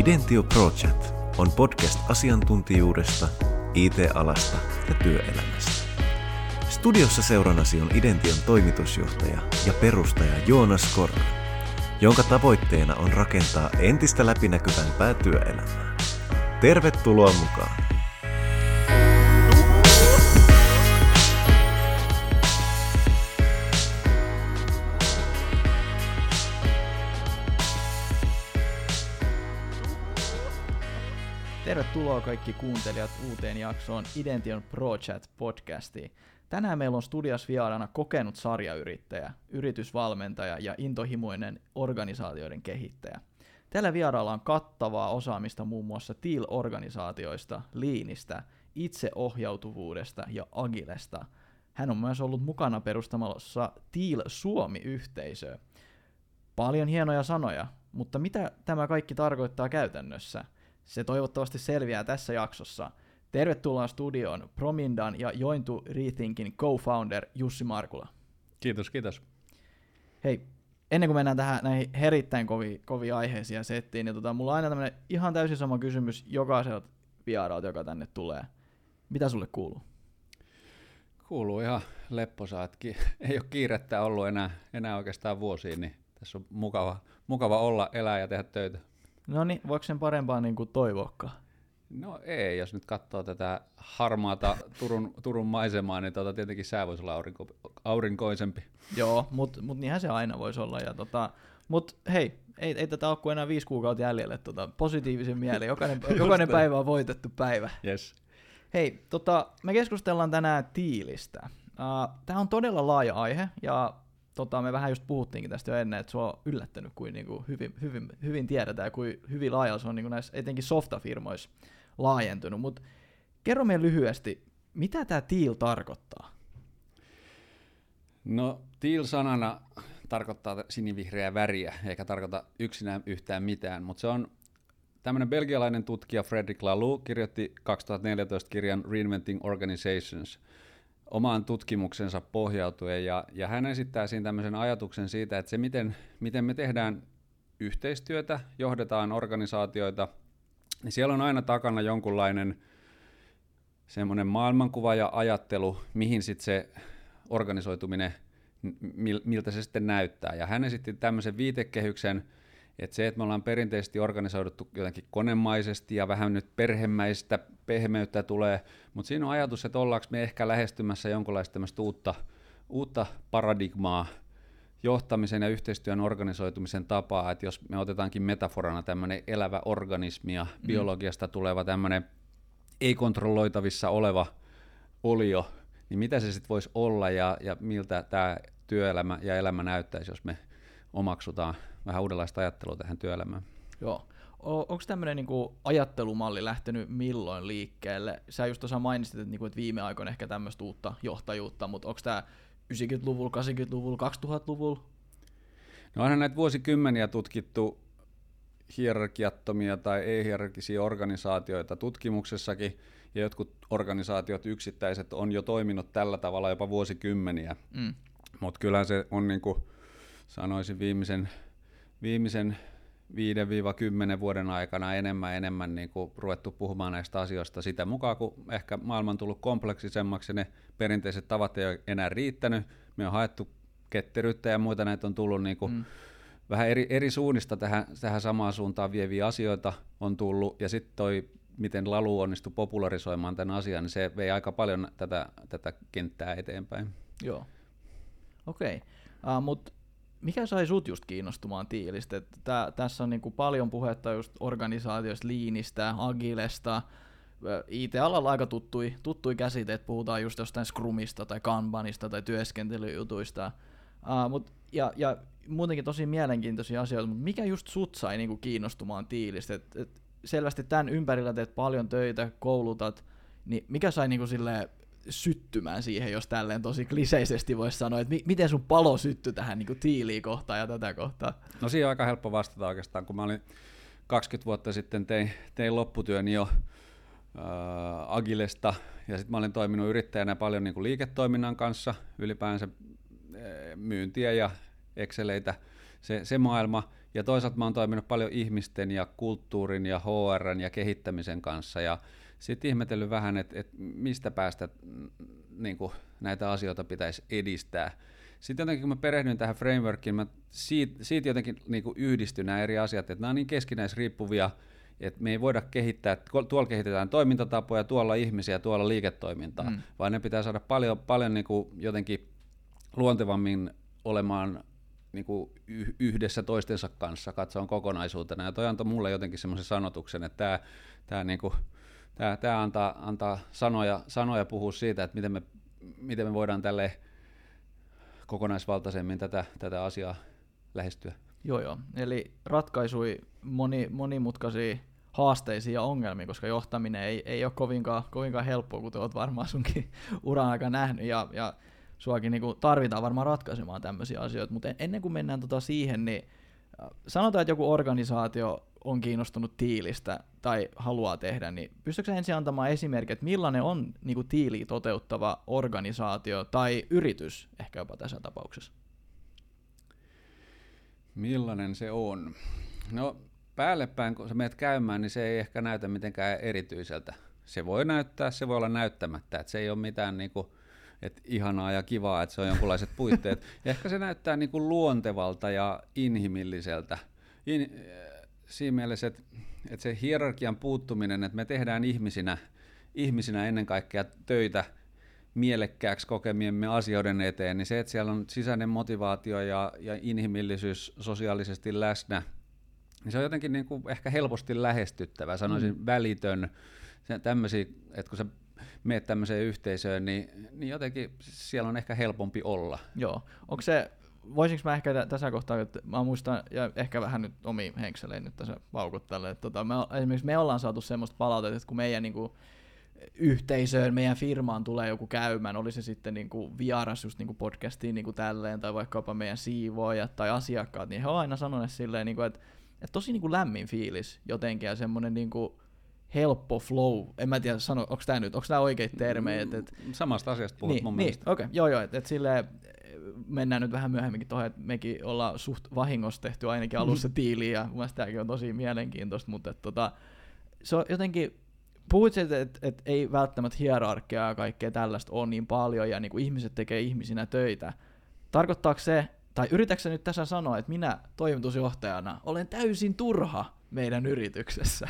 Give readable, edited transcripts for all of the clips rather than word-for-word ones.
Identio Project on podcast asiantuntijuudesta, IT-alasta ja työelämästä. Studiossa seurannasi on Idention toimitusjohtaja ja perustaja Joonas Korka, jonka tavoitteena on rakentaa entistä läpinäkyvämpää työelämää. Tervetuloa mukaan! Tervetuloa kaikki kuuntelijat uuteen jaksoon Idention Project-podcastiin. Tänään meillä on studios vieraana kokenut sarjayrittäjä, yritysvalmentaja ja intohimoinen organisaatioiden kehittäjä. Tällä vieraalla on kattavaa osaamista muun muassa Teal-organisaatioista, Leanistä, itseohjautuvuudesta ja Agilesta. Hän on myös ollut mukana perustamassa Teal Suomi-yhteisöä. Paljon hienoja sanoja, mutta mitä tämä kaikki tarkoittaa käytännössä? Se toivottavasti selviää tässä jaksossa. Tervetuloa studioon Promindan ja Join to Rethinkin co-founder Jussi Markula. Kiitos, kiitos. Hei, ennen kuin mennään näihin erittäin kovia aiheisiin ja settiin, niin mulla on aina tämmöinen ihan täysin sama kysymys jokaiselta vieraalta, joka tänne tulee. Mitä sulle kuuluu? Kuuluu ihan lepposaa. Ei ole kiirettä ollut enää oikeastaan vuosiin, niin tässä on mukava olla, elää ja tehdä töitä. No niin, voiko sen parempaa niin kuin toivoakaan? No ei, jos nyt katsoo tätä harmaata Turun maisemaa, niin tietenkin sää voisi olla aurinkoisempi. Joo, mutta niinhän se aina voisi olla. Mutta hei, ei tätä ole kuin enää 5 kuukautta jäljelle. Positiivisen mieleen, jokainen päivä on voitettu päivä. Yes. Hei, me keskustellaan tänään Tealista. Tämä on todella laaja aihe, ja me vähän just puhuttiinkin tästä jo ennen, että se on yllättänyt, kuin niinku hyvin tiedetään ja kuin hyvin laajalla se on niinku näissä etenkin softafirmoissa laajentunut. Mutta kerro meille lyhyesti, mitä tämä Teal tarkoittaa? No Teal-sanana tarkoittaa sinivihreää väriä, eikä tarkoita yksinään yhtään mitään, mutta se on tämmöinen belgialainen tutkija Frederic Laloux kirjoitti 2014 kirjan Reinventing Organizations omaan tutkimuksensa pohjautuen, ja hän esittää siinä tämmöisen ajatuksen siitä, että se miten me tehdään yhteistyötä, johdetaan organisaatioita, niin siellä on aina takana jonkunlainen semmoinen maailmankuva ja ajattelu, mihin sitten se organisoituminen, miltä se sitten näyttää. Ja hän esitti tämmöisen viitekehyksen, että se, että me ollaan perinteisesti organisoiduttu jotenkin konemaisesti ja vähän nyt perhemäistä pehmeyttä tulee, mutta siinä on ajatus, että ollaanko me ehkä lähestymässä jonkinlaista tämmöistä uutta paradigmaa, johtamisen ja yhteistyön organisoitumisen tapaa, että jos me otetaankin metaforana tämmöinen elävä organismi ja biologiasta tuleva tämmöinen ei-kontrolloitavissa oleva olio, niin mitä se sitten voisi olla ja miltä tämä työelämä ja elämä näyttäisi, jos me omaksutaan vähän uudenlaista ajattelua tähän työelämään. Joo. Onko tämmöinen niinku ajattelumalli lähtenyt milloin liikkeelle? Sä just tuossa mainitsit, että viime aikoina ehkä tämmöistä uutta johtajuutta, mutta onko tämä 90-luvulla, 80-luvulla, 2000-luvulla? No onhan näitä vuosikymmeniä tutkittu hierarkiattomia tai ei-hierarkisia organisaatioita tutkimuksessakin, ja jotkut organisaatiot yksittäiset on jo toiminut tällä tavalla jopa vuosikymmeniä, mutta kyllä se on niinku sanoisin viimeisen 5-10 vuoden aikana enemmän niin kuin ruvettu puhumaan näistä asioista sitä mukaan, kun ehkä maailma on tullut kompleksisemmaksi ja ne perinteiset tavat ei ole enää riittänyt. Me on haettu ketteryyttä ja muita, näitä on tullut niin kuin vähän eri suunnista tähän samaan suuntaan vieviä asioita on tullut, ja sitten toi, miten Laloux onnistui popularisoimaan tämän asian, niin se vei aika paljon tätä kenttää eteenpäin. Joo, okei. Mutta mikä sai sut just kiinnostumaan Tealista? Tässä on niinku paljon puhetta just organisaatioista, Leanistä, Agilesta. IT-alalla aika tuttui käsite, että puhutaan just jostain Scrumista tai Kanbanista tai työskentelyjutuista. Ja muutenkin tosi mielenkiintoisia asioita, mutta mikä just sut sai niinku kiinnostumaan Tealista? Et selvästi tämän ympärillä teet paljon töitä, koulutat, niin mikä sai niinku silleen syttymään siihen, jos tälleen tosi kliseisesti voisi sanoa, että miten sun palo syttyi tähän niin kuin Tealiin kohtaan ja tätä kohtaa? No siinä on aika helppo vastata oikeastaan, kun mä olin 20 vuotta sitten tein lopputyöni jo Agilesta, ja sitten mä olin toiminut yrittäjänä paljon niin kuin liiketoiminnan kanssa, ylipäänsä myyntiä ja Exceleitä, se maailma, Ja toisaalta mä oon toiminut paljon ihmisten ja kulttuurin ja HR:n ja kehittämisen kanssa ja sitten ihmetellyt vähän, että mistä päästä niin kuin näitä asioita pitäisi edistää. Sitten jotenkin kun mä perehdyin tähän frameworkiin, mä siitä jotenkin niin kuin yhdistyn nämä eri asiat, että nämä on niin keskinäisriippuvia, että me ei voida kehittää, tuolla kehitetään toimintatapoja, tuolla ihmisiä, tuolla liiketoimintaa, vaan ne pitää saada paljon niin kuin jotenkin luontevammin olemaan niin kuin yhdessä toistensa kanssa, katsomaan kokonaisuutena. Ja toi antoi mulle jotenkin semmoisen sanotuksen, että tämä antaa sanoja puhua siitä, että miten me voidaan tälle kokonaisvaltaisemmin tätä asiaa lähestyä. Joo. Eli ratkaisui monimutkaisia haasteisiin ja ongelmiin, koska johtaminen ei ole kovinkaan helppoa, kuten olet varmaan sunkin uran aikana nähnyt, ja suakin niin tarvitaan varmaan ratkaisemaan tämmöisiä asioita, mutta ennen kuin mennään siihen, niin sanotaan, että joku organisaatio on kiinnostunut tiilistä tai haluaa tehdä, niin pystytkö ensin antamaan esimerkki, että millainen on niin kuin tiiliä toteuttava organisaatio tai yritys ehkä jopa tässä tapauksessa? Millainen se on? No päälle päin, kun sä menet käymään, niin se ei ehkä näytä mitenkään erityiseltä. Se voi näyttää, se voi olla näyttämättä, että se ei ole mitään niinku, että ihanaa ja kivaa, että se on jonkunlaiset puitteet. Ja ehkä se näyttää niinku luontevalta ja inhimilliseltä. Siinä mielessä, että se hierarkian puuttuminen, että me tehdään ihmisinä ennen kaikkea töitä mielekkääksi kokemiemme asioiden eteen, niin se, että siellä on sisäinen motivaatio ja inhimillisyys sosiaalisesti läsnä, niin se on jotenkin niin kuin ehkä helposti lähestyttävä, sanoisin välitön, tämmöisiä, että kun sä meet tämmöiseen yhteisöön, niin jotenkin siellä on ehkä helpompi olla. Joo, onko se, voisinko mä ehkä tässä kohtaa, että mä muistan, ja ehkä vähän nyt omiin henkseleen nyt tässä paukuttelen, että esimerkiksi me ollaan saatu semmoista palautetta, että kun meidän niin kuin yhteisöön, meidän firmaan tulee joku käymään, oli se sitten niinku vieras just niinku podcastiin niinku tälleen, tai vaikkapa meidän siivoojat tai asiakkaat, niin he on aina sanoneet silleen, niinku, että tosi niinku lämmin fiilis jotenkin, ja semmoinen niinku helppo flow, en mä tiedä, onko tämä oikeita termejä? Samasta asiasta puhut mun mielestä. Okei, joo, että silleen mennään nyt vähän myöhemminkin tuohon, että mekin ollaan suht vahingossa tehty ainakin alussa tiiliin, ja mun mielestä tämäkin on tosi mielenkiintoista, mutta se on jotenkin, puhuit, että ei välttämättä hierarkiaa ja kaikkea tällaista ole niin paljon, ja niin kuin ihmiset tekee ihmisinä töitä. Tarkoittaako se, tai yritätkö sä nyt tässä sanoa, että minä toimitusjohtajana olen täysin turha meidän yrityksessä?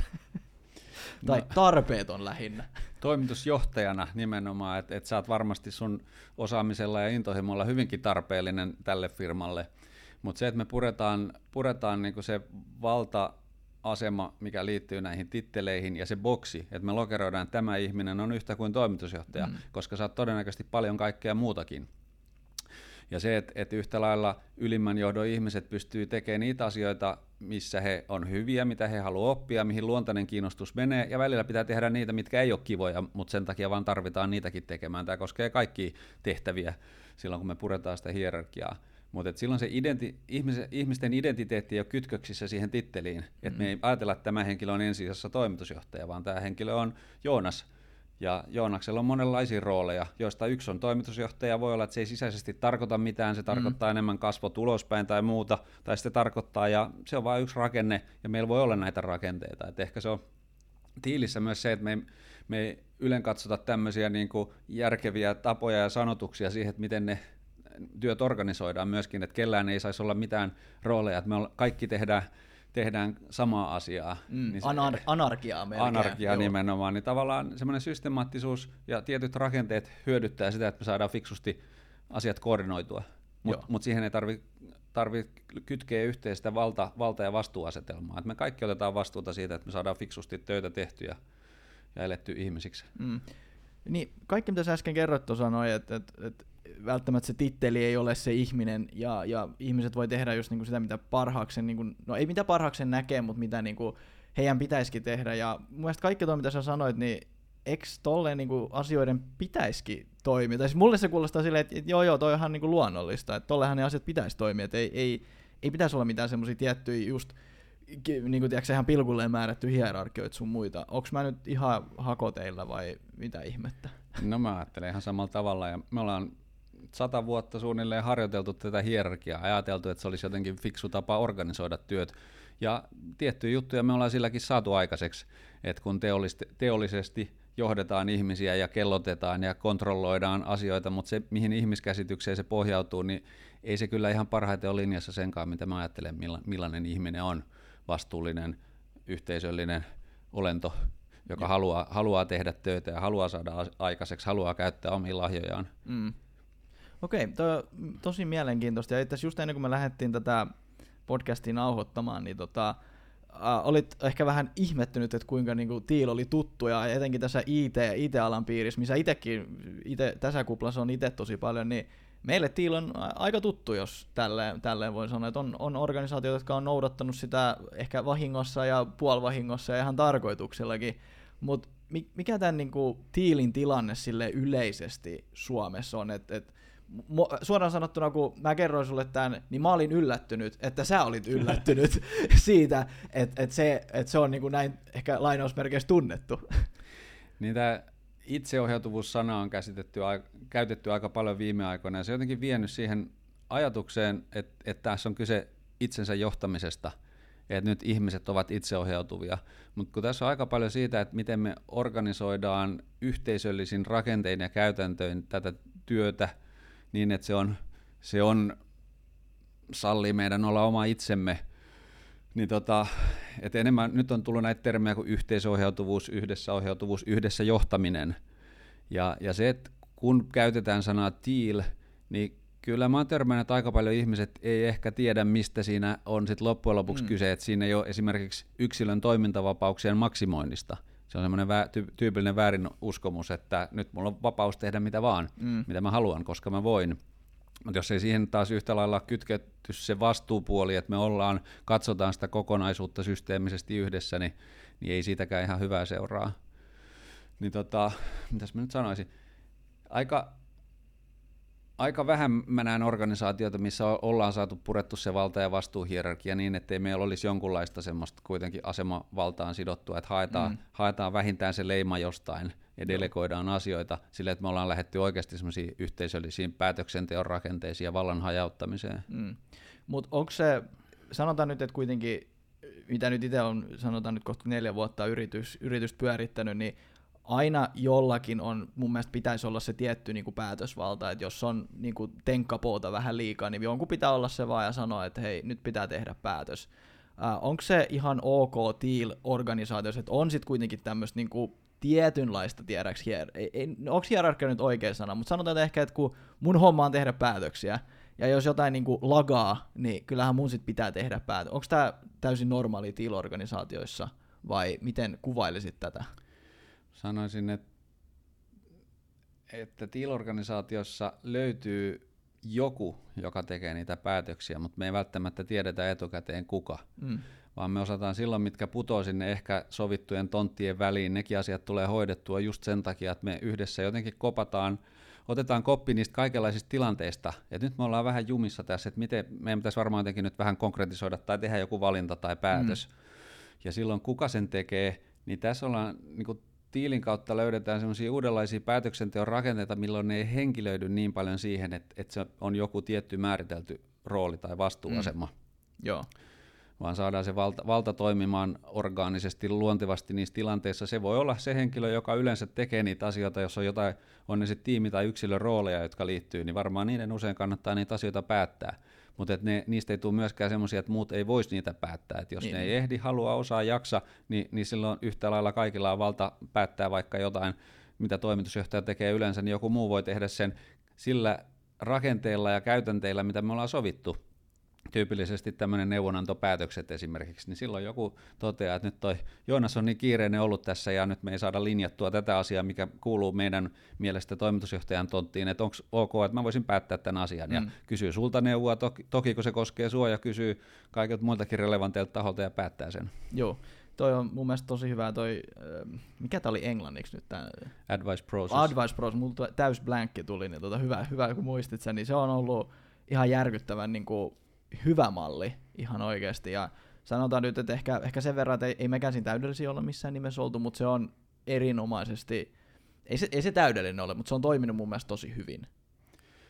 Tai tarpeeton lähinnä. Toimitusjohtajana nimenomaan, että sä oot varmasti sun osaamisella ja intohimolla hyvinkin tarpeellinen tälle firmalle, mutta se, että me puretaan niin kuin se valta-asema, mikä liittyy näihin titteleihin ja se boksi, että me lokeroidaan, että tämä ihminen on yhtä kuin toimitusjohtaja, koska sä oot todennäköisesti paljon kaikkea muutakin. Ja se, että yhtä lailla ylimmän johdon ihmiset pystyy tekemään niitä asioita, missä he on hyviä, mitä he haluaa oppia, mihin luontainen kiinnostus menee, ja välillä pitää tehdä niitä, mitkä ei ole kivoja, mutta sen takia vaan tarvitaan niitäkin tekemään. Tämä koskee kaikkia tehtäviä silloin, kun me puretaan sitä hierarkiaa. Mutta silloin se ihmisten identiteetti ei ole kytköksissä siihen titteliin, että me ei ajatella, että tämä henkilö on ensisijaisesti toimitusjohtaja, vaan tämä henkilö on Joonas. Ja Joonaksella on monenlaisia rooleja, joista yksi on toimitusjohtaja. Voi olla, että se ei sisäisesti tarkoita mitään, se tarkoittaa enemmän kasvot ulospäin tai muuta, tai sitten tarkoittaa, ja se on vain yksi rakenne, ja meillä voi olla näitä rakenteita. Et ehkä se on tiilissä myös se, että me ei ylen katsota tämmöisiä niin kuin järkeviä tapoja ja sanotuksia siihen, että miten ne työt organisoidaan myöskin, että kellään ei saisi olla mitään rooleja, että me kaikki tehdään samaa asiaa. Niin anarkiaa melkein. Anarkiaa nimenomaan, niin tavallaan semmoinen systemaattisuus ja tietyt rakenteet hyödyttää sitä, että me saadaan fiksusti asiat koordinoitua, mutta siihen ei tarvitse kytkeä yhteen sitä valta- ja vastuuasetelmaa. Et me kaikki otetaan vastuuta siitä, että me saadaan fiksusti töitä tehtyä ja elettyä ihmisiksi. Niin, kaikki mitä sä äsken kerroit tuossa noin, että välttämättä se titteli ei ole se ihminen, ja ihmiset voi tehdä just niinku sitä, mitä parhaaksen, niinku, no ei mitä parhaaksen näkee, mutta mitä niinku heidän pitäisikin tehdä, ja mun mielestä kaikki tuo, mitä sä sanoit, niin eikö tolleen niinku asioiden pitäisikin toimia? Tai siis mulle se kuulostaa silleen, että joo, toi on ihan niinku luonnollista, että tollehan ne asiat pitäisi toimia, että ei pitäisi olla mitään semmoisia tiettyjä just, niin kuin tiedätkö, ihan pilkulleen määrätty hierarkioita sun muita. Onko mä nyt ihan hakoteilla vai mitä ihmettä? No mä ajattelen ihan samalla tavalla, ja me ollaan 100 vuotta suunnilleen harjoiteltu tätä hierarkiaa, ajateltu, että se olisi jotenkin fiksu tapa organisoida työt. Ja tiettyjä juttuja me ollaan silläkin saatu aikaiseksi, että kun teollisesti johdetaan ihmisiä ja kellotetaan ja kontrolloidaan asioita, mutta se, mihin ihmiskäsitykseen se pohjautuu, niin ei se kyllä ihan parhaiten ole linjassa senkaan, mitä mä ajattelen, millainen ihminen on vastuullinen, yhteisöllinen olento, joka haluaa tehdä töitä ja haluaa saada aikaiseksi, haluaa käyttää omia lahjojaan. Okei, toi on tosi mielenkiintoista. Ja itse asiassa just ennen kuin me lähdettiin tätä podcastia nauhoittamaan, niin olit ehkä vähän ihmettynyt, että kuinka niinku Thiel oli tuttu, ja etenkin tässä IT-alan piirissä, missä tässä kuplassa on itse tosi paljon, niin meille Thiel on aika tuttu, jos tälleen voi sanoa, että on organisaatioita, jotka on noudattanut sitä ehkä vahingossa ja puolivahingossa ja ihan tarkoituksellakin, mutta mikä tämän niinku Thielin tilanne sille yleisesti Suomessa on, että suoraan sanottuna, kun mä kerroin sulle tämän, niin mä olin yllättynyt, että sä olit yllättynyt siitä, että se on niin kuin näin ehkä lainausmerkeissä tunnettu. Niin tämä itseohjautuvuus-sana on käytetty aika paljon viime aikoina, ja se on jotenkin vienyt siihen ajatukseen, että tässä on kyse itsensä johtamisesta, että nyt ihmiset ovat itseohjautuvia. Mutta kun tässä on aika paljon siitä, että miten me organisoidaan yhteisöllisin rakentein ja käytäntöin tätä työtä, niin että se on sallii meidän olla oma itsemme, niin että enemmän nyt on tullut näitä termejä kuin yhteisohjautuvuus, yhdessä johtaminen, ja se, että kun käytetään sanaa Thiel, niin kyllä mä oon törmännyt, että aika paljon ihmiset ei ehkä tiedä, mistä siinä on sit loppujen lopuksi kyse, että siinä ei ole esimerkiksi yksilön toimintavapauksien maksimoinnista. Se on semmoinen tyypillinen väärin uskomus, että nyt mulla on vapaus tehdä mitä vaan, mitä mä haluan, koska mä voin. Mutta jos ei siihen taas yhtä lailla kytketty se vastuupuoli, että me katsotaan sitä kokonaisuutta systeemisesti yhdessä, niin ei siitäkään ihan hyvää seuraa. Niin mitäs mä nyt sanoisin? Aika vähän mä näen organisaatioita, missä ollaan saatu purettu se valta- ja vastuuhierarkia niin, ettei meillä olisi jonkunlaista semmoista kuitenkin asemavaltaan sidottua, että haetaan vähintään se leima jostain ja delegoidaan asioita sille, että me ollaan lähdetty oikeasti semmoisiin yhteisöllisiin päätöksenteon rakenteisiin ja vallan hajauttamiseen. Mutta onko se, sanotaan nyt, että kuitenkin, mitä nyt itse on, sanotaan nyt kohta 4 vuotta yritystä pyörittänyt, niin aina jollakin on, mun mielestä pitäisi olla se tietty niin kuin päätösvalta, että jos on niin kuin tenkkapoota vähän liikaa, niin jonkun pitää olla se vaan ja sanoa, että hei, nyt pitää tehdä päätös. Onko se ihan ok Thiel-organisaatiossa, että on sitten kuitenkin tämmöistä niin kuin tietynlaista, tiedäks, onko hierarkia nyt oikea sana, mutta sanotaan että ehkä, että kun mun homma on tehdä päätöksiä, ja jos jotain niin kuin lagaa, niin kyllähän mun sit pitää tehdä päätöksiä. Onko tämä täysin normaali Thiel-organisaatioissa, vai miten kuvailisit tätä? Sanoisin, että Thiel-organisaatiossa löytyy joku, joka tekee niitä päätöksiä, mutta me ei välttämättä tiedetä etukäteen kuka, vaan me osataan silloin, mitkä putoo sinne ehkä sovittujen tonttien väliin, nekin asiat tulee hoidettua just sen takia, että me yhdessä jotenkin otetaan koppi niistä kaikenlaisista tilanteista, että nyt me ollaan vähän jumissa tässä, että miten meidän pitäisi varmaan jotenkin nyt vähän konkretisoida tai tehdä joku valinta tai päätös, ja silloin kuka sen tekee, niin tässä ollaan niin kuin Thielin kautta löydetään semmoisia uudenlaisia päätöksenteon rakenteita, milloin ne ei henkilöidy niin paljon siihen, että se on joku tietty määritelty rooli tai vastuuasema. Joo. Vaan saadaan se valta toimimaan orgaanisesti, luontevasti niissä tilanteissa. Se voi olla se henkilö, joka yleensä tekee niitä asioita, jos on jotain, on ne sitten tiimi- tai yksilön rooleja, jotka liittyy, niin varmaan niiden usein kannattaa niitä asioita päättää. Mutta niistä ei tule myöskään semmoisia, että muut ei voisi niitä päättää. Et jos ne ei ehdi, halua, osaa, jaksa, niin silloin yhtä lailla kaikilla on valta päättää vaikka jotain, mitä toimitusjohtaja tekee yleensä, niin joku muu voi tehdä sen sillä rakenteella ja käytänteillä, mitä me ollaan sovittu. Tyypillisesti tämmöinen neuvonantopäätökset esimerkiksi, niin silloin joku toteaa, että nyt toi Joonas on niin kiireinen ollut tässä ja nyt me ei saada linjattua tätä asiaa, mikä kuuluu meidän mielestä toimitusjohtajan tonttiin, että onko ok, että mä voisin päättää tämän asian ja kysyy sulta neuvoa, toki kun se koskee sua ja kysyy kaikilta muiltakin relevanteilta taholta ja päättää sen. Joo, toi on mun mielestä tosi hyvä mikä tää oli englanniksi nyt tää? Advice process. Advice process, mulla täys blankki tuli, niin hyvä kun muistit sen, niin se on ollut ihan järkyttävän niin kuin hyvä malli ihan oikeasti, ja sanotaan nyt, että ehkä sen verran, että ei mekään siinä täydellisiä olla missään nimessä oltu, mutta se on erinomaisesti, ei se täydellinen ole, mutta se on toiminut mun mielestä tosi hyvin.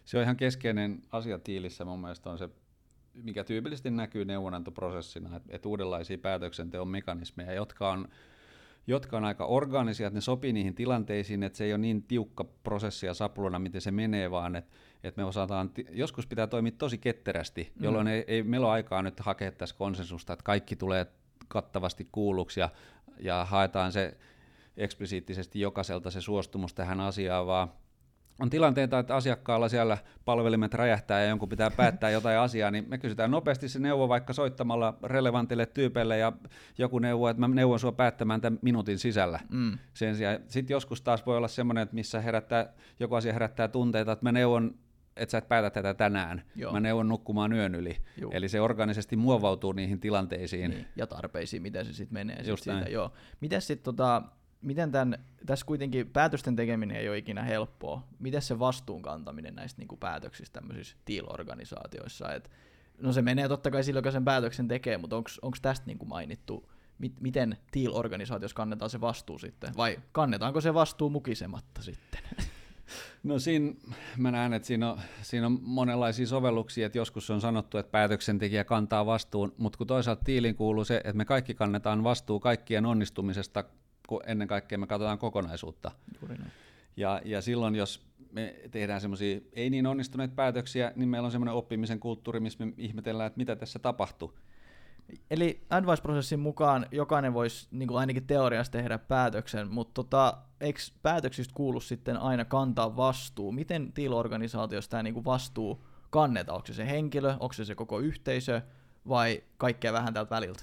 Se on ihan keskeinen asia tiilissä mun mielestä on se, mikä tyypillisesti näkyy neuvonantoprosessina, että uudenlaisia päätöksenteon mekanismeja, jotka on aika orgaanisia, että ne sopii niihin tilanteisiin, että se ei ole niin tiukka prosessi ja sapluna, miten se menee, vaan että me osataan, joskus pitää toimia tosi ketterästi, jolloin ei meillä ole aikaa nyt hakea tässä konsensusta, että kaikki tulee kattavasti kuulluksi ja haetaan se eksplisiittisesti jokaiselta se suostumus tähän asiaan, vaan on tilanteita, että asiakkaalla siellä palvelimet räjähtää ja jonkun pitää päättää jotain asiaa, niin me kysytään nopeasti se neuvo vaikka soittamalla relevantille tyypeille ja joku neuvo, että mä neuvon sua päättämään tämän minuutin sisällä. Sen sijaan sitten joskus taas voi olla semmoinen, että missä joku asia herättää tunteita, että mä neuvon, että sä et päätä tätä tänään. Joo. Mä neuvon nukkumaan yön yli. Joo. Eli se organisesti muovautuu niihin tilanteisiin. Niin, ja tarpeisiin, miten se sitten menee. Just siitä, joo. Miten sitten miten tässä kuitenkin päätösten tekeminen ei ole ikinä helppoa. Miten se vastuun kantaminen näistä niinku päätöksistä tämmöisissä deal-organisaatioissa? No se menee totta kai silloin, joka sen päätöksen tekee, mutta onko tästä niinku mainittu, miten deal-organisaatiossa kannetaan se vastuu sitten? Vai kannetaanko se vastuu mukisematta sitten? No siinä mä näen, että siinä on monenlaisia sovelluksia, että joskus on sanottu, että päätöksentekijä kantaa vastuun, mutta kun toisaalta tiiliin kuuluu se, että me kaikki kannetaan vastuu kaikkien onnistumisesta, kun ennen kaikkea me katsotaan kokonaisuutta. Ja silloin, jos me tehdään semmoisia ei niin onnistuneita päätöksiä, niin meillä on semmoinen oppimisen kulttuuri, missä me ihmetellään, että mitä tässä tapahtuu. Eli advice-prosessin mukaan jokainen voisi niin kuin ainakin teoriassa tehdä päätöksen, mutta eikö päätöksistä kuulu sitten aina kantaa vastuu? Miten deal-organisaatiossa tämä niin kuin vastuu kannetaan? Onko se henkilö, onko se koko yhteisö vai kaikkea vähän tältä väliltä?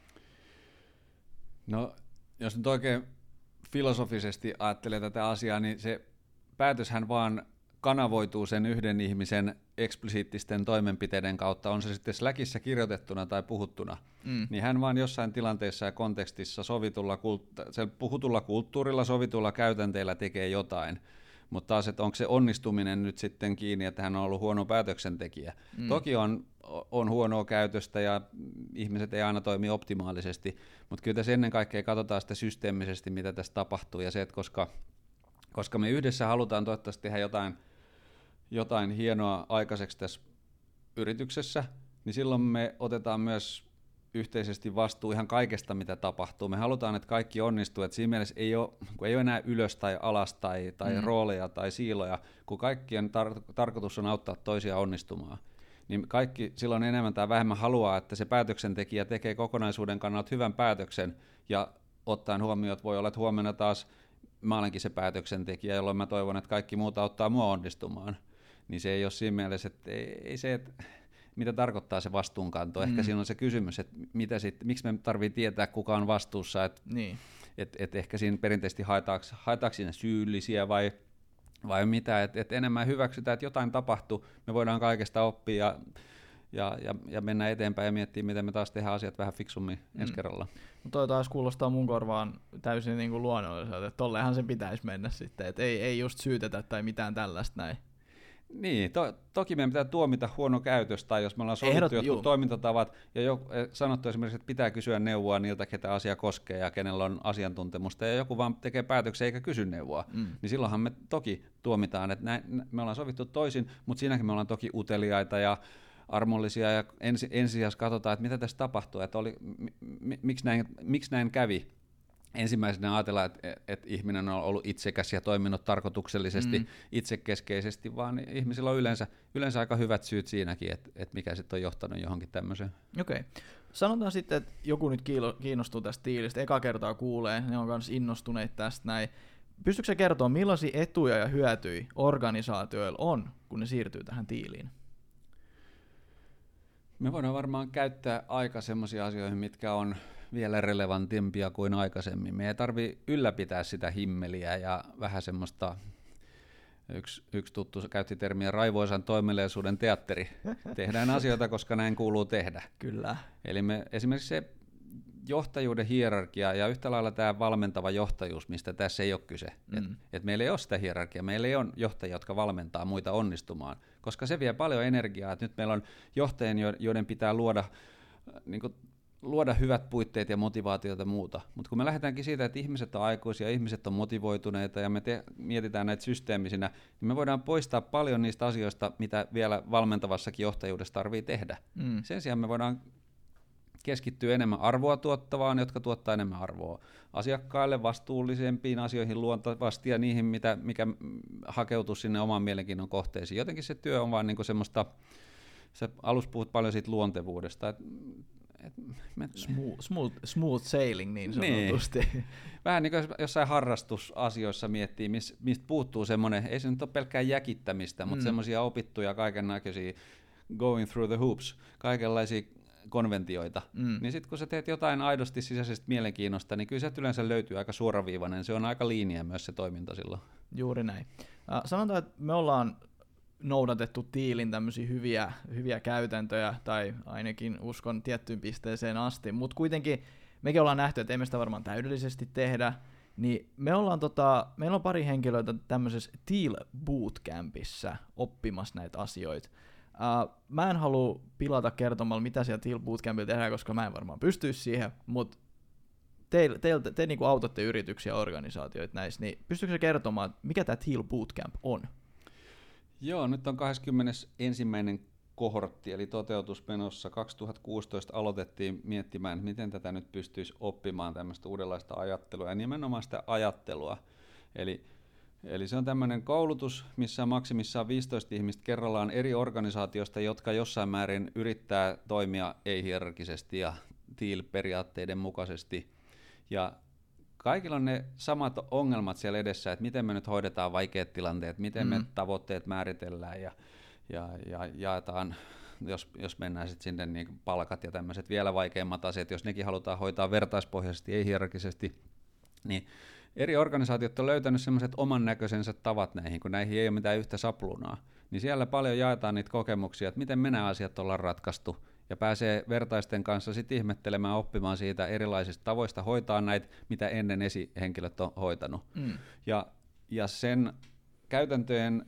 No, jos nyt oikein filosofisesti ajattelee tätä asiaa, niin se päätöshän vaan kanavoituu sen yhden ihmisen eksplisiittisten toimenpiteiden kautta, on se sitten Slackissa kirjoitettuna tai puhuttuna, niin hän vaan jossain tilanteessa ja kontekstissa puhutulla kulttuurilla, sovitulla käytänteillä tekee jotain. Mutta taas, että onko se onnistuminen nyt sitten kiinni, että hän on ollut huono päätöksentekijä. Toki on huonoa käytöstä ja ihmiset ei aina toimi optimaalisesti, mutta kyllä tässä ennen kaikkea katsotaan sitä systeemisesti, mitä tässä tapahtuu, ja se, että koska me yhdessä halutaan toivottavasti tehdä jotain hienoa aikaiseksi tässä yrityksessä, niin silloin me otetaan myös yhteisesti vastuu ihan kaikesta, mitä tapahtuu. Me halutaan, että kaikki onnistuu, että siinä mielessä ei ole enää ylös tai alas tai rooleja tai siiloja, kun kaikkien tarkoitus on auttaa toisia onnistumaan. Niin kaikki silloin enemmän tai vähemmän haluaa, että se päätöksentekijä tekee kokonaisuuden kannalta hyvän päätöksen, ja ottaen huomioon, että voi olla, että huomenna taas mä olenkin se päätöksentekijä, jolloin mä toivon, että kaikki muut auttaa mua onnistumaan. Niin se ei ole siinä mielessä, että ei se, että mitä tarkoittaa se vastuunkanto. Ehkä siinä on se kysymys, että miksi me tarvitsee tietää, kuka on vastuussa. Että ehkä siinä perinteisesti haetaanko siinä syyllisiä vai mitä. Että enemmän hyväksytään, että jotain tapahtuu. Me voidaan kaikesta oppia ja mennä eteenpäin ja miettiä, miten me taas tehdään asiat vähän fiksummin ensi kerralla. Toi taas kuulostaa mun korvaan täysin niin kuin luonnolliselta, että tollehan sen pitäisi mennä sitten, että ei just syytetä tai mitään tällaista näin. Niin, toki meidän pitää tuomita huono käytös, tai jos me ollaan sovittu jotkut toimintatavat, ja sanottu esimerkiksi, että pitää kysyä neuvoa niiltä, ketä asia koskee ja kenellä on asiantuntemusta, ja joku vaan tekee päätöksiä eikä kysy neuvoa, niin silloinhan me toki tuomitaan, että me ollaan sovittu toisin, mutta siinäkin me ollaan toki uteliaita ja armollisia, ja ensisijaisesti katsotaan, että mitä tässä tapahtuu, että miksi näin kävi. Ensimmäisenä ajatellaan, että ihminen on ollut itsekäs ja toiminut tarkoituksellisesti, itsekeskeisesti, vaan ihmisillä on yleensä aika hyvät syyt siinäkin, että mikä sitten on johtanut johonkin tämmöiseen. Okei. Sanotaan sitten, että joku nyt kiinnostuu tästä tiilistä, eka kertaa kuulee, ne on myös innostuneet tästä näin. Pystytkö sä kertoa, millaisia etuja ja hyötyjä organisaatioilla on, kun ne siirtyy tähän tiiliin? Me voidaan varmaan käyttää aika semmoisia asioihin, mitkä on vielä relevantimpia kuin aikaisemmin. Me ei tarvitse ylläpitää sitä himmeliä ja vähän semmoista, yksi tuttu käytti termiä raivoisan toimeliaisuuden teatteri. Tehdään asioita, koska näin kuuluu tehdä. Kyllä. Eli me esimerkiksi se johtajuuden hierarkia ja yhtä lailla tämä valmentava johtajuus, mistä tässä ei ole kyse. Et meillä ei ole sitä hierarkiaa, meillä ei ole johtajia, jotka valmentaa muita onnistumaan, koska se vie paljon energiaa. Et nyt meillä on johtajia, joiden pitää luoda niin kuin luoda hyvät puitteet ja motivaatiota ja muuta. Mutta kun me lähdetäänkin siitä, että ihmiset on aikuisia, ihmiset on motivoituneita ja me mietitään näitä systeemisinä, niin me voidaan poistaa paljon niistä asioista, mitä vielä valmentavassakin johtajuudessa tarvii tehdä. Sen sijaan me voidaan keskittyy enemmän arvoa tuottavaan, jotka tuottaa enemmän arvoa asiakkaille, vastuullisempiin asioihin luontavasti ja niihin, mikä hakeutuu sinne oman mielenkiinnon kohteisiin. Jotenkin se työ on vaan niin kuin semmoista, sä alussa puhut paljon siitä luontevuudesta. Smooth sailing niin sanotusti. Niin. Vähän niin kuin jossain harrastusasioissa miettii, mistä puuttuu semmoinen, ei se nyt ole pelkkää jäkittämistä, mutta semmoisia opittuja kaikennäköisiä going through the hoops, kaikenlaisia konventioita, niin sitten kun sä teet jotain aidosti sisäisestä mielenkiinnosta, niin kyllä se yleensä löytyy aika suoraviivainen, se on aika linja myös se toiminta silloin. Juuri näin. Sanotaan, että me ollaan noudatettu Thielin tämmöisiä hyviä käytäntöjä, tai ainakin uskon tiettyyn pisteeseen asti, mutta kuitenkin mekin ollaan nähty, että emme sitä varmaan täydellisesti tehdä, niin meillä on pari henkilöitä tämmöisessä Thiel Bootcampissa oppimassa näitä asioita. Mä en halua pilata kertomalla, mitä siellä Thiel Bootcampilla tehdään, koska mä en varmaan pystyisi siihen, mutta te niinku autatte yrityksiä ja organisaatioita näissä, niin pystyykö se kertomaan, mikä tämä Thiel Bootcamp on? Joo, nyt on 21. kohortti, eli toteutusmenossa. 2016 aloitettiin miettimään, miten tätä nyt pystyisi oppimaan tämmöistä uudenlaista ajattelua, ja nimenomaan sitä ajattelua. Eli se on tämmöinen koulutus, missä maksimissaan 15 ihmistä kerrallaan eri organisaatioista, jotka jossain määrin yrittää toimia ei-hierarkisesti ja Thiel-periaatteiden mukaisesti. Ja kaikilla on ne samat ongelmat siellä edessä, että miten me nyt hoidetaan vaikeat tilanteet, miten me tavoitteet määritellään ja jaetaan, jos mennään sitten sinne niin palkat ja tämmöiset vielä vaikeimmat asiat, jos nekin halutaan hoitaa vertaispohjaisesti, ei-hierarkisesti, niin eri organisaatiot on löytänyt sellaiset oman näköisensä tavat näihin, kun näihin ei ole mitään yhtä sapluunaa. Niin siellä paljon jaetaan niitä kokemuksia, että miten me nämä asiat ollaan ratkaistu. Ja pääsee vertaisten kanssa sitten ihmettelemään, oppimaan siitä erilaisista tavoista hoitaa näitä, mitä ennen esihenkilöt on hoitanut. Ja sen käytäntöjen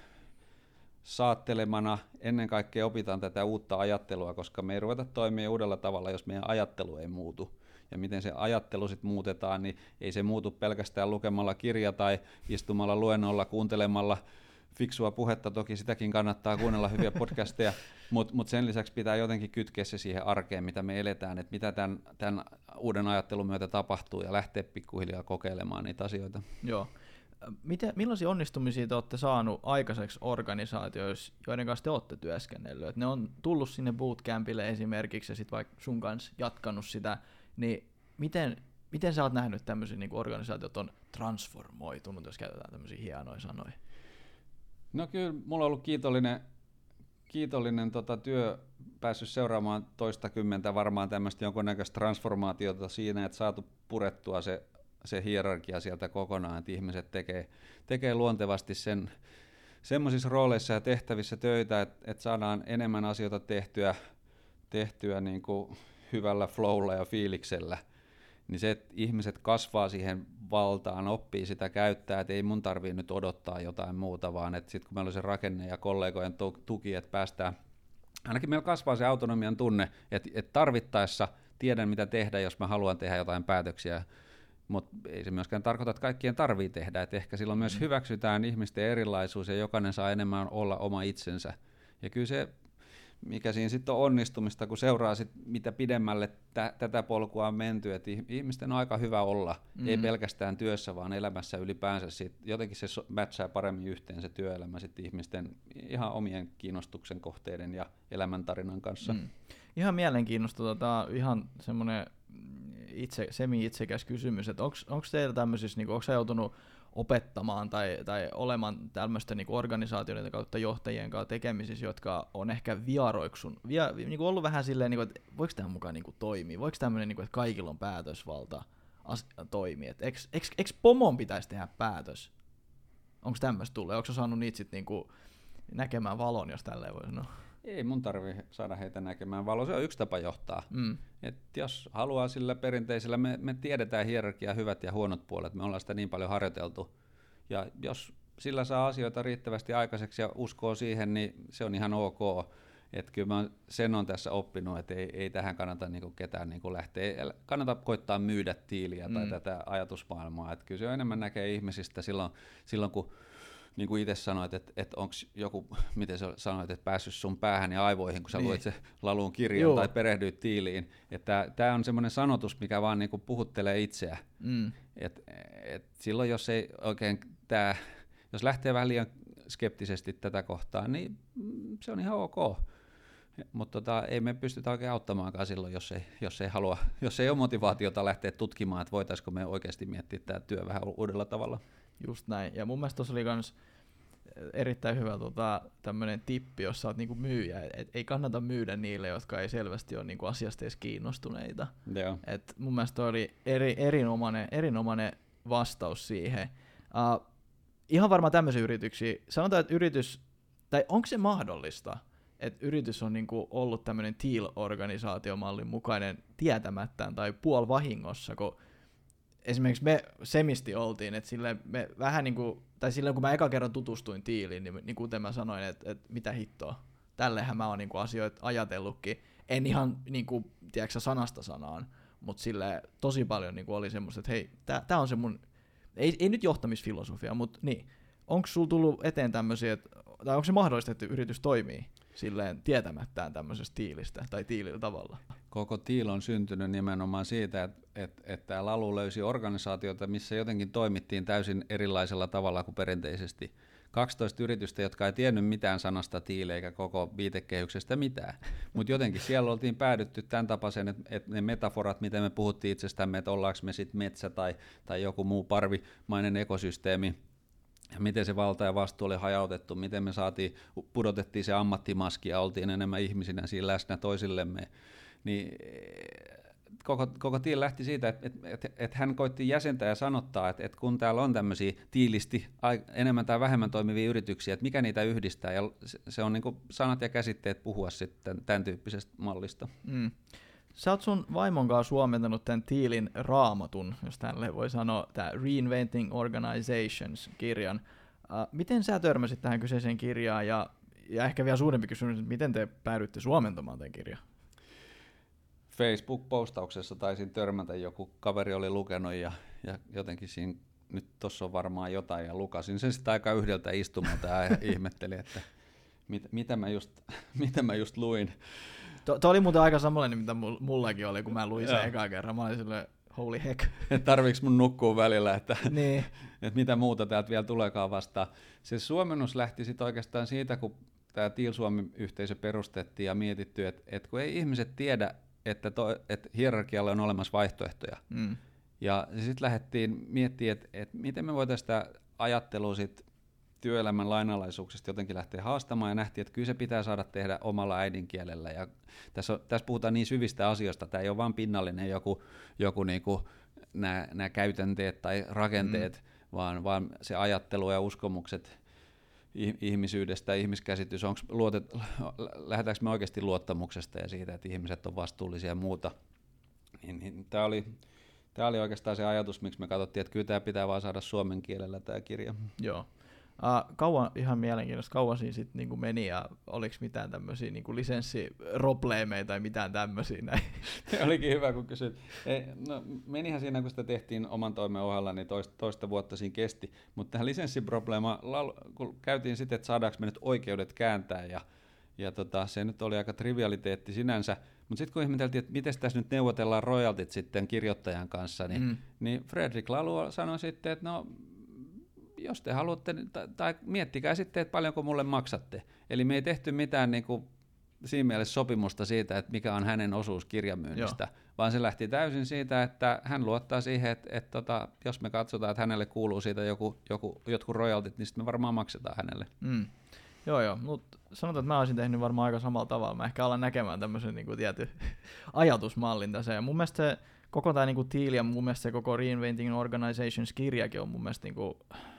saattelemana ennen kaikkea opitaan tätä uutta ajattelua, koska me ei ruveta toimia uudella tavalla, jos meidän ajattelu ei muutu. Ja miten se ajattelu sitten muutetaan, niin ei se muutu pelkästään lukemalla kirja tai istumalla luennolla, kuuntelemalla fiksua puhetta, toki sitäkin kannattaa kuunnella hyviä podcasteja, mutta sen lisäksi pitää jotenkin kytkeä se siihen arkeen, mitä me eletään, että mitä tämän uuden ajattelun myötä tapahtuu ja lähteä pikkuhiljaa kokeilemaan niitä asioita. Joo. Millaisia onnistumisia te olette saanut aikaiseksi organisaatioissa, joiden kanssa te olette työskennellyt? Et ne on tullut sinne bootcampille esimerkiksi ja sitten vaikka sun kanssa jatkanut sitä, niin miten sä oot nähnyt tämmöisiä niin organisaatiot on transformoitunut, jos käytetään tämmöisiä hienoja sanoja? No kyllä, mulla on ollut kiitollinen työ päässyt seuraamaan toistakymmentä varmaan tämmöistä jonkunnäköistä transformaatiota siinä, että saatu purettua se hierarkia sieltä kokonaan, että ihmiset tekee luontevasti semmoisissa rooleissa ja tehtävissä töitä, että saadaan enemmän asioita tehtyä niin kuin hyvällä flowlla ja fiiliksellä, niin se, että ihmiset kasvaa siihen valtaan, oppii sitä käyttää, että ei mun tarvitse nyt odottaa jotain muuta, vaan että sitten kun meillä on se rakenne ja kollegojen tuki, että päästään, ainakin meillä kasvaa se autonomian tunne, että tarvittaessa tiedän mitä tehdä, jos mä haluan tehdä jotain päätöksiä, mutta ei se myöskään tarkoita, että kaikkien tarvii tehdä, että ehkä silloin myös hyväksytään ihmisten erilaisuus ja jokainen saa enemmän olla oma itsensä. Ja kyllä se, mikä siinä sitten on onnistumista, kun seuraa sit, mitä pidemmälle tätä polkua on menty, että ihmisten on aika hyvä olla, ei pelkästään työssä, vaan elämässä ylipäänsä. Sit jotenkin se matchaa paremmin yhteen se työelämä sit ihmisten ihan omien kiinnostuksen kohteiden ja elämäntarinan kanssa. Ihan mielenkiinnosta, ihan semmoinen semi-itsekäs kysymys, että onko teillä tämmöisissä, onko sä joutunut opettamaan tai olemaan tämmöisten niin organisaatioiden kautta johtajien kanssa tekemisissä, jotka on ehkä niin ollut vähän silleen, niin että voiko tämä mukaan niin toimia, voiko tämmöinen, niin että kaikilla on päätösvalta toimia, eikö pomon pitäisi tehdä päätös? Onko tämmöistä tullut? Onko sä saanut niitä sitten niin näkemään valon, jos tälleen voi sanoa? Ei mun tarvitse saada heitä näkemään valoa, se on yksi tapa johtaa. Et jos haluaa sillä perinteisellä, me tiedetään hierarkia hyvät ja huonot puolet, me ollaan sitä niin paljon harjoiteltu. Ja jos sillä saa asioita riittävästi aikaiseksi ja uskoo siihen, niin se on ihan ok. Että kyllä mä sen on tässä oppinut, että ei tähän kannata niinku ketään niinku lähteä, kannata koittaa myydä tiiliä tai tätä ajatusmaailmaa. Että kyllä se enemmän näkee ihmisistä silloin kun niin kuin itse sanoit, että onko joku, miten sä sanoit, että päässyt sun päähän ja aivoihin, kun sä luit se Laluun kirjan tai perehdyit tiiliin. Tämä on semmoinen sanotus, mikä vaan niin kuin puhuttelee itseä. Et silloin, jos ei oikein jos lähtee vähän liian skeptisesti tätä kohtaan, niin se on ihan ok. Mutta ei me pystytä oikein auttamaankaan silloin, jos ei ole motivaatiota lähteä tutkimaan, että voitaisiko me oikeasti miettiä tämä työ vähän uudella tavalla. Just näin. Ja mun mielestä tuossa oli myös erittäin hyvä tämmöinen tippi, jos sä oot niinku myyjä. Ei kannata myydä niille, jotka ei selvästi ole niinku asiasta edes kiinnostuneita. Et mun mielestä toi oli erinomainen vastaus siihen. Ihan varmaan tämmöisiä yrityksiä. Sanotaan, että tai onko se mahdollista, että yritys on niinku ollut tämmöinen Teal-organisaatiomallin mukainen tietämättään tai puolivahingossa, kun esimerkiksi me semisti oltiin, että silleen me vähän niinku, tai silloin kun mä eka kerran tutustuin Tealiin, niin kuten mä sanoin, että mitä hittoa, tällehän mä oon niinku asioita ajatellutkin, en ihan niinku, tiedätkö, sanasta sanaan, mutta silleen tosi paljon niinku oli semmoista, että hei, tää on se mun, ei nyt johtamisfilosofia, mutta niin, onko sulla tullut eteen tämmöisiä, tai onko se mahdollista, että yritys toimii silleen tietämättään tämmöisestä Tealista tai Tealilla tavalla? Koko Teal on syntynyt nimenomaan siitä, että Lalu löysi organisaatiota, missä jotenkin toimittiin täysin erilaisella tavalla kuin perinteisesti. 12 yritystä, jotka ei tiennyt mitään sanasta Teal eikä koko viitekehyksestä mitään. Mutta jotenkin siellä oltiin päädytty tämän tapaisen, että ne metaforat, miten me puhuttiin itsestämme, että ollaanko me sitten metsä tai joku muu parvimainen ekosysteemi, miten se valta ja vastuu oli hajautettu, miten me pudotettiin se ammattimaski ja oltiin enemmän ihmisinä siinä läsnä toisillemme. Niin koko Teal lähti siitä, että hän koitti jäsentää ja sanottaa, että kun täällä on tämmöisiä tiilisti enemmän tai vähemmän toimivia yrityksiä, että mikä niitä yhdistää, ja se on niin kuin sanat ja käsitteet puhua sitten tämän tyyppisestä mallista. Sä oot sun vaimon kanssa suomentanut tämän Tealin raamatun, jos tälle voi sanoa, tämä Reinventing Organizations-kirjan. Miten sä törmäsit tähän kyseiseen kirjaan, ja ehkä vielä suurempi kysymys, että miten te päädyitte suomentamaan tämän kirjan? Facebook-postauksessa taisin törmätä, joku kaveri oli lukenut ja jotenkin siinä, nyt tuossa on varmaan jotain, ja lukasin sen sitten aika yhdeltä istumalta ja ihmettelin, että mitä mä just luin. Tuo oli muuten aika samanlainen, mitä mullakin oli, kun mä luin sen ekaa kerran. Mä olin silleen, holy heck. Tarviiks mun nukkua välillä, että, niin. että mitä muuta täältä vielä tuleekaan vastaan. Se suomennus lähti sitten oikeastaan siitä, kun tämä Teal Suomi-yhteisö perustettiin ja mietitty, että kun ei ihmiset tiedä, että hierarkialle on olemassa vaihtoehtoja. Ja sitten lähdettiin miettimään, että miten me voitaisiin sitä ajattelua sit työelämän lainalaisuuksista jotenkin lähteä haastamaan, ja nähtiin, että kyllä se pitää saada tehdä omalla äidinkielellä. Ja tässä puhutaan niin syvistä asioista, tämä ei ole vain pinnallinen joku niinku nämä käytänteet tai rakenteet, vaan se ajattelu ja uskomukset ihmisyydestä, ihmiskäsitys, lähdetäänkö me oikeasti luottamuksesta ja siitä, että ihmiset on vastuullisia ja muuta. Niin tämä oli oikeastaan se ajatus, miksi me katsottiin, että kyllä tämä pitää vaan saada suomen kielellä tämä kirja. Joo. Ihan mielenkiintoista, kauan siinä sitten niinku meni, ja oliko mitään tämmöisiä niinku lisenssiprobleemeja tai mitään tämmöisiä näin? Olikin hyvä, kun kysyt. No, menihän siinä, kun sitä tehtiin oman toimen ohella, niin toista vuotta siinä kesti, mutta tähän lisenssiprobleemaan, kun käytiin sitten, että saadaanko me nyt oikeudet kääntää, ja se nyt oli aika trivialiteetti sinänsä, mutta sitten kun ihmeteltiin, että miten tässä nyt neuvotellaan royaltit sitten kirjoittajan kanssa, niin Fredrik Lalu sanoi sitten, että no, jos te haluatte, tai miettikää sitten, että paljonko mulle maksatte. Eli me ei tehty mitään niin kuin siinä mielessä sopimusta siitä, että mikä on hänen osuus kirjamyynnistä, vaan se lähti täysin siitä, että hän luottaa siihen, että jos me katsotaan, että hänelle kuuluu siitä jotkut royaltit, niin sitten me varmaan maksetaan hänelle. Joo, mutta sanotaan, että mä olisin tehnyt varmaan aika samalla tavalla. Mä ehkä alan näkemään tämmöisen niin kuin tietyn ajatusmallin tässä. Ja mun mielestä se koko tämä niin Teal ja mun mielestä se koko Reinventing Organizations-kirjakin on mun mielestä niinku,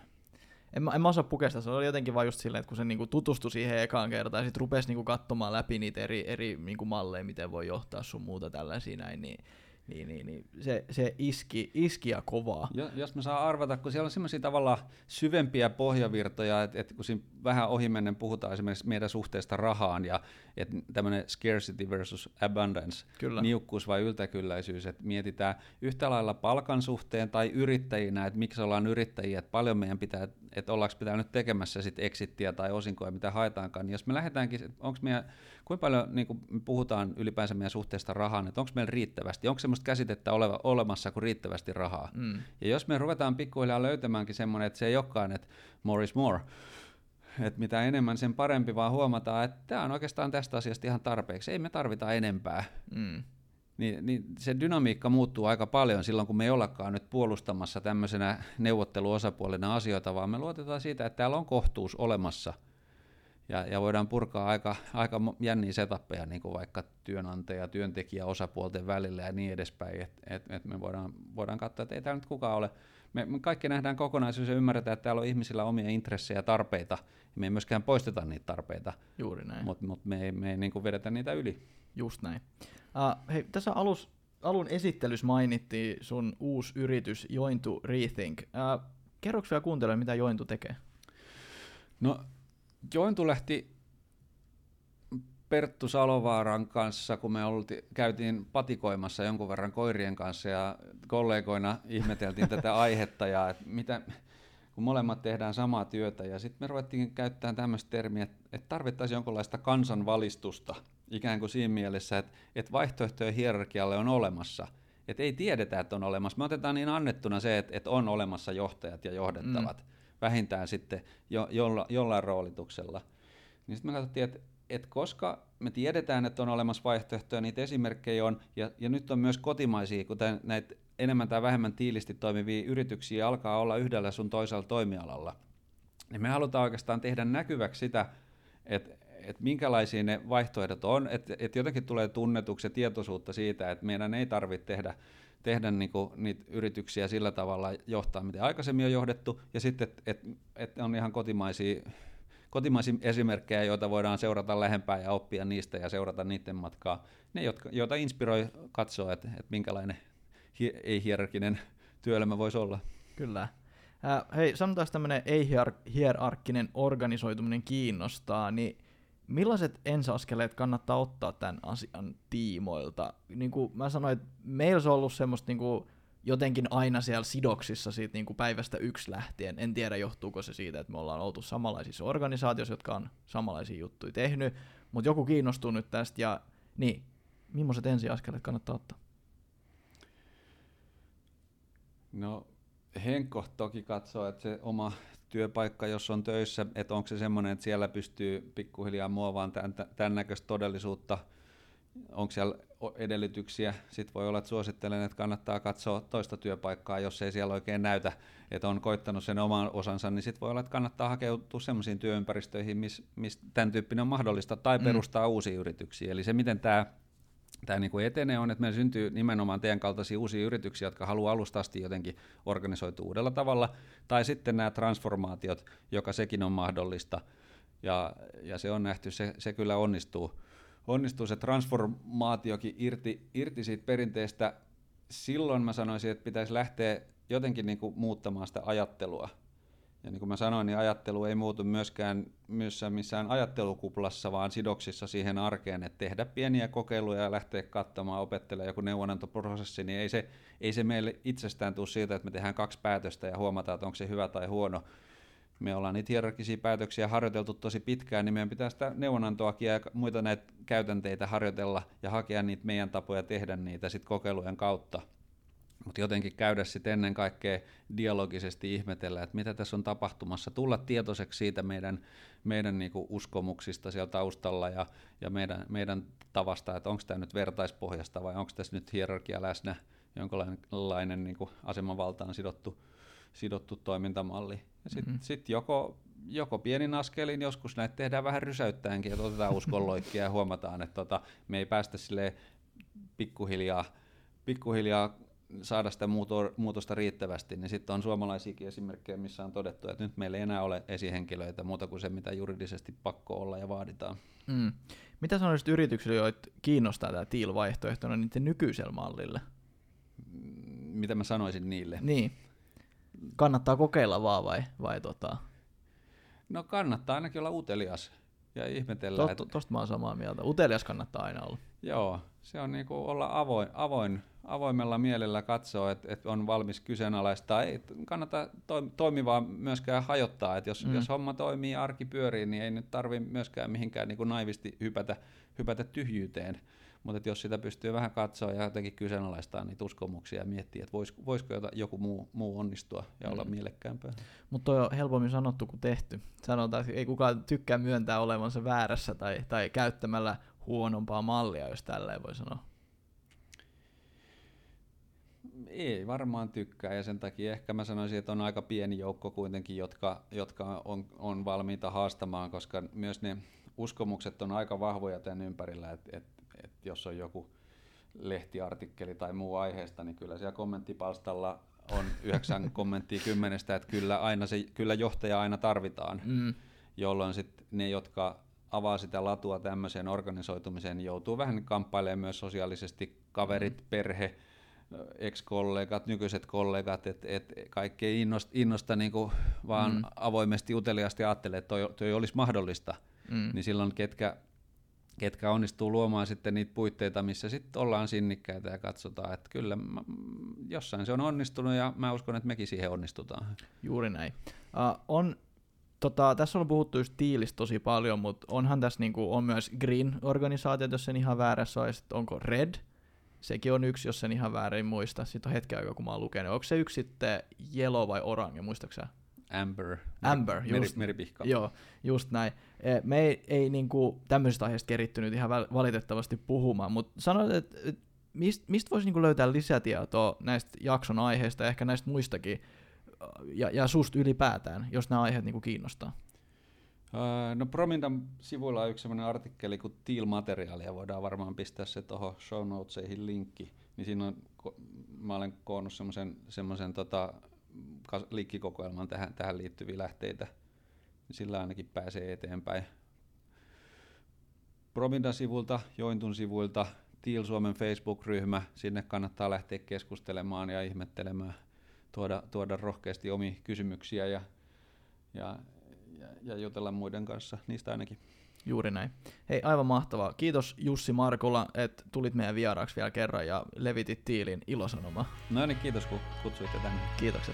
en mä osaa pukea, se oli jotenkin vaan just silleen, että kun se niinku tutustui siihen ekaan kertaan ja sitten rupesi niinku katsomaan läpi niitä eri niinku malleja, miten voi johtaa sun muuta tällaisia näin, niin niin se iski ja kovaa. Jos mä saan arvata, kun siellä on semmoisia tavallaan syvempiä pohjavirtoja, että kun siinä vähän ohimennen puhutaan esimerkiksi meidän suhteesta rahaan ja että tämmöinen scarcity versus abundance, Kyllä. niukkuus vai yltäkylläisyys, että mietitään yhtä lailla palkan suhteen tai yrittäjinä, että miksi ollaan yrittäjiä, että paljon meidän pitää, että ollaanko pitää nyt tekemässä sit exittiä tai osinkoja, mitä haetaankaan, niin jos me lähdetäänkin, onko meidän, kuinka paljon niin me puhutaan ylipäänsä meidän suhteesta rahaan, että onko meillä riittävästi, onko semmoista käsitettä olemassa kuin riittävästi rahaa. Ja jos me ruvetaan pikkuhiljaa löytämäänkin semmoinen, että se ei olekaan, että more is more, että mitä enemmän sen parempi, vaan huomataan, että tämä on oikeastaan tästä asiasta ihan tarpeeksi, ei me tarvita enempää. Niin se dynamiikka muuttuu aika paljon silloin, kun me ei ollakaan nyt puolustamassa tämmöisenä neuvotteluosapuolena asioita, vaan me luotetaan siitä, että täällä on kohtuus olemassa. Ja voidaan purkaa aika jänniä setappeja, niin kuin vaikka työnantaja- ja työntekijäosapuolten välillä ja niin edespäin, että me voidaan katsoa, että ei täällä nyt kukaan ole. Me kaikki nähdään kokonaisuus ja ymmärretään, että täällä on ihmisillä omia intressejä ja tarpeita, ja me ei myöskään poisteta niitä tarpeita. Juuri näin. Mutta me ei niin kuin vedetä niitä yli. Just näin. Hei, tässä alun esittelyssä mainittiin sun uusi yritys Jointu Rethink. Kerroks vielä kuuntelemaan, mitä Jointu tekee? No, Jointu lähti Perttu Salovaaran kanssa, kun me käytiin patikoimassa jonkun verran koirien kanssa ja kollegoina ihmeteltiin tätä aihetta ja että kun molemmat tehdään samaa työtä ja sitten me ruvettiin käyttämään tämmöistä termiä, että tarvittaisiin jonkinlaista kansanvalistusta ikään kuin siinä mielessä, että vaihtoehtojen hierarkialle on olemassa, että ei tiedetä, että on olemassa. Me otetaan niin annettuna se, että on olemassa johtajat ja johdettavat, vähintään sitten jollain roolituksella. Niin sitten me katsottiin, että koska me tiedetään, että on olemassa vaihtoehtoja, niitä esimerkkejä on, ja nyt on myös kotimaisia, kuten näitä enemmän tai vähemmän tiilisti toimivia yrityksiä alkaa olla yhdellä sun toisella toimialalla, niin me halutaan oikeastaan tehdä näkyväksi sitä, että minkälaisia ne vaihtoehdot on, että jotenkin tulee tunnetuksi ja tietoisuutta siitä, että meidän ei tarvitse tehdä niinku niitä yrityksiä sillä tavalla johtaa, miten aikaisemmin on johdettu, ja sitten, että on ihan kotimaisia esimerkkejä, joita voidaan seurata lähempää ja oppia niistä ja seurata niiden matkaa. Ne, joita inspiroi katsoa, että minkälainen ei-hierarkinen työelämä voisi olla. Kyllä. Hei, sanotaan tämmöinen ei-hierarkkinen organisoituminen kiinnostaa, niin millaiset ensiaskeleet kannattaa ottaa tämän asian tiimoilta? Niin kuin mä sanoin, että meillä se on ollut semmoista niin kuin jotenkin aina siellä sidoksissa siitä niin kuin päivästä 1 lähtien. En tiedä, johtuuko se siitä, että me ollaan oltu samanlaisissa organisaatioissa, jotka on samanlaisia juttuja tehnyt, mutta joku kiinnostuu nyt tästä, ja niin, millaiset ensiaskeleet kannattaa ottaa? No, Henkko toki katsoo, että se oma työpaikka, jos on töissä, että onko se semmoinen, että siellä pystyy pikkuhiljaa muovaan tämän näköistä todellisuutta, onko siellä edellytyksiä. Sitten voi olla, että suosittelen, että kannattaa katsoa toista työpaikkaa, jos ei siellä oikein näytä, että on koittanut sen oman osansa, niin sitten voi olla, että kannattaa hakeutua semmoisiin työympäristöihin, missä tämän tyyppinen on mahdollista, tai perustaa uusia yrityksiä. Eli se, miten tämä niin kuin etenee, on, että meillä syntyy nimenomaan teidän kaltaisia uusia yrityksiä, jotka haluaa alusta asti jotenkin organisoitua uudella tavalla, tai sitten nämä transformaatiot, joka sekin on mahdollista, ja se on nähty, se kyllä onnistuu se transformaatiokin irti siitä perinteestä. Silloin mä sanoisin, että pitäisi lähteä jotenkin niin kuin muuttamaan sitä ajattelua. Ja niin kuin mä sanoin, niin ajattelu ei muutu myöskään missään ajattelukuplassa, vaan sidoksissa siihen arkeen, että tehdä pieniä kokeiluja ja lähteä katsomaan, opettelemaan joku neuvonantoprosessi, niin ei se meille itsestään tule siitä, että me tehdään 2 päätöstä ja huomataan, että onko se hyvä tai huono. Me ollaan niitä hierarkisia päätöksiä harjoiteltu tosi pitkään, niin meidän pitää sitä neuvonantoakin ja muita näitä käytänteitä harjoitella ja hakea niitä meidän tapoja tehdä niitä sit kokeilujen kautta. Mutta jotenkin käydä sitten ennen kaikkea dialogisesti ihmetellä, että mitä tässä on tapahtumassa, tulla tietoiseksi siitä meidän niinku uskomuksista siellä taustalla ja meidän tavasta, että onko tämä nyt vertaispohjasta vai onko tässä nyt hierarkia läsnä, jonkinlainen niinku asemanvaltaan sidottu toimintamalli. Ja sitten joko pienin askelin, joskus näitä tehdään vähän rysäyttäenkin, että otetaan uskonloikkia ja huomataan, että me ei päästä silleen pikkuhiljaa saada sitä muutosta riittävästi, niin sitten on suomalaisiakin esimerkkejä, missä on todettu, että nyt meillä ei enää ole esihenkilöitä muuta kuin se, mitä juridisesti pakko olla ja vaaditaan. Mitä sanoisit yrityksille, joita kiinnostaa tämä TEAL-vaihtoehtona niiden nykyisellä mallilla? mitä mä sanoisin niille. Niin. Kannattaa kokeilla vaan vai No kannattaa ainakin olla utelias ja ihmetellä. Tosta mä oon samaa mieltä. Utelias kannattaa aina olla. Joo, se on niinku olla avoimella mielellä katsoa, että on valmis kyseenalaistaa. Ei kannata toimivaa myöskään hajottaa, että jos homma toimii ja arki pyörii, niin ei nyt tarvitse myöskään mihinkään niinku naivisti hypätä tyhjyyteen. Mutta jos sitä pystyy vähän katsoa ja jotenkin kyseenalaistaa niitä uskomuksia ja miettiä, että voisiko joku muu onnistua ja olla mielekkäämpää. Mutta toi on helpommin sanottu kuin tehty. Sanotaan, että ei kukaan tykkää myöntää olevansa väärässä tai käyttämällä huonompaa mallia, jos tälleen voi sanoa. Ei varmaan tykkää, ja sen takia ehkä mä sanoisin, että on aika pieni joukko kuitenkin, jotka on valmiita haastamaan, koska myös ne uskomukset on aika vahvoja tämän ympärillä, että jos on joku lehtiartikkeli tai muu aiheesta, niin kyllä siellä kommenttipalstalla on 9 kommenttia 10, että kyllä johtaja aina tarvitaan, jolloin sitten ne, jotka avaa sitä latua tämmöiseen organisoitumiseen, niin joutuu vähän kamppailemaan myös sosiaalisesti, kaverit, perhe, ex-kollegat, nykyiset kollegat, että kaikki ei innosta niin kuin vaan avoimesti uteliaasti ajattelee, että toi olisi mahdollista, niin silloin ketkä onnistuu luomaan sitten niitä puitteita, missä sitten ollaan sinnikkäitä ja katsotaan, että kyllä jossain se on onnistunut ja mä uskon, että mekin siihen onnistutaan. Juuri näin. Tässä on puhuttu just Thielistä tosi paljon, mutta onhan tässä on myös Green-organisaatiot, jos sen ihan väärässä on, ja sitten onko Red, sekin on yksi, jos sen ihan väärin muista. Sitten on hetken aikaa, kun mä oon lukenut. Onko se yksi sitten Yellow vai Orange, muistaaksä? Amber, just, meripihka. Joo, just näin. Me ei tämmöisistä aiheista kerittynyt ihan valitettavasti puhumaan, mutta sanoit, että mistä voisi löytää lisätietoa näistä jakson aiheista ja ehkä näistä muistakin, ja susta ylipäätään, jos nämä aiheet kiinnostaa? No Promindan sivuilla on yksi sellainen artikkeli kuin Thiel-materiaalia, voidaan varmaan pistää se tuohon show notesihin linkki, niin siinä on, mä olen koonnut semmoisen liikkikokoelman tähän liittyviä lähteitä, niin sillä ainakin pääsee eteenpäin. Promindan sivulta, Jointun sivuilta, Thiel Suomen Facebook-ryhmä, sinne kannattaa lähteä keskustelemaan ja ihmettelemään, tuoda rohkeasti omia kysymyksiä ja jutella muiden kanssa, niistä ainakin. Juuri näin. Hei, aivan mahtavaa. Kiitos Jussi Markula, että tulit meidän vieraaksi vielä kerran ja levitit Thielin ilosanomaa. No niin, kiitos kun kutsuitte tänne. Kiitokset.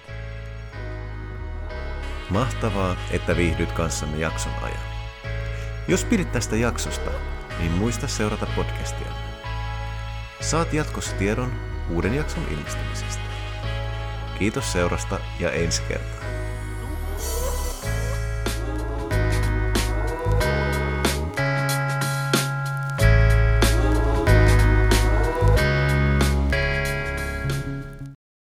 Mahtavaa, että viihdyt kanssamme jakson ajan. Jos pidit tästä jaksosta, niin muista seurata podcastia. Saat jatkossa tiedon uuden jakson ilmestymisestä. Kiitos seurasta ja ensi kertaan.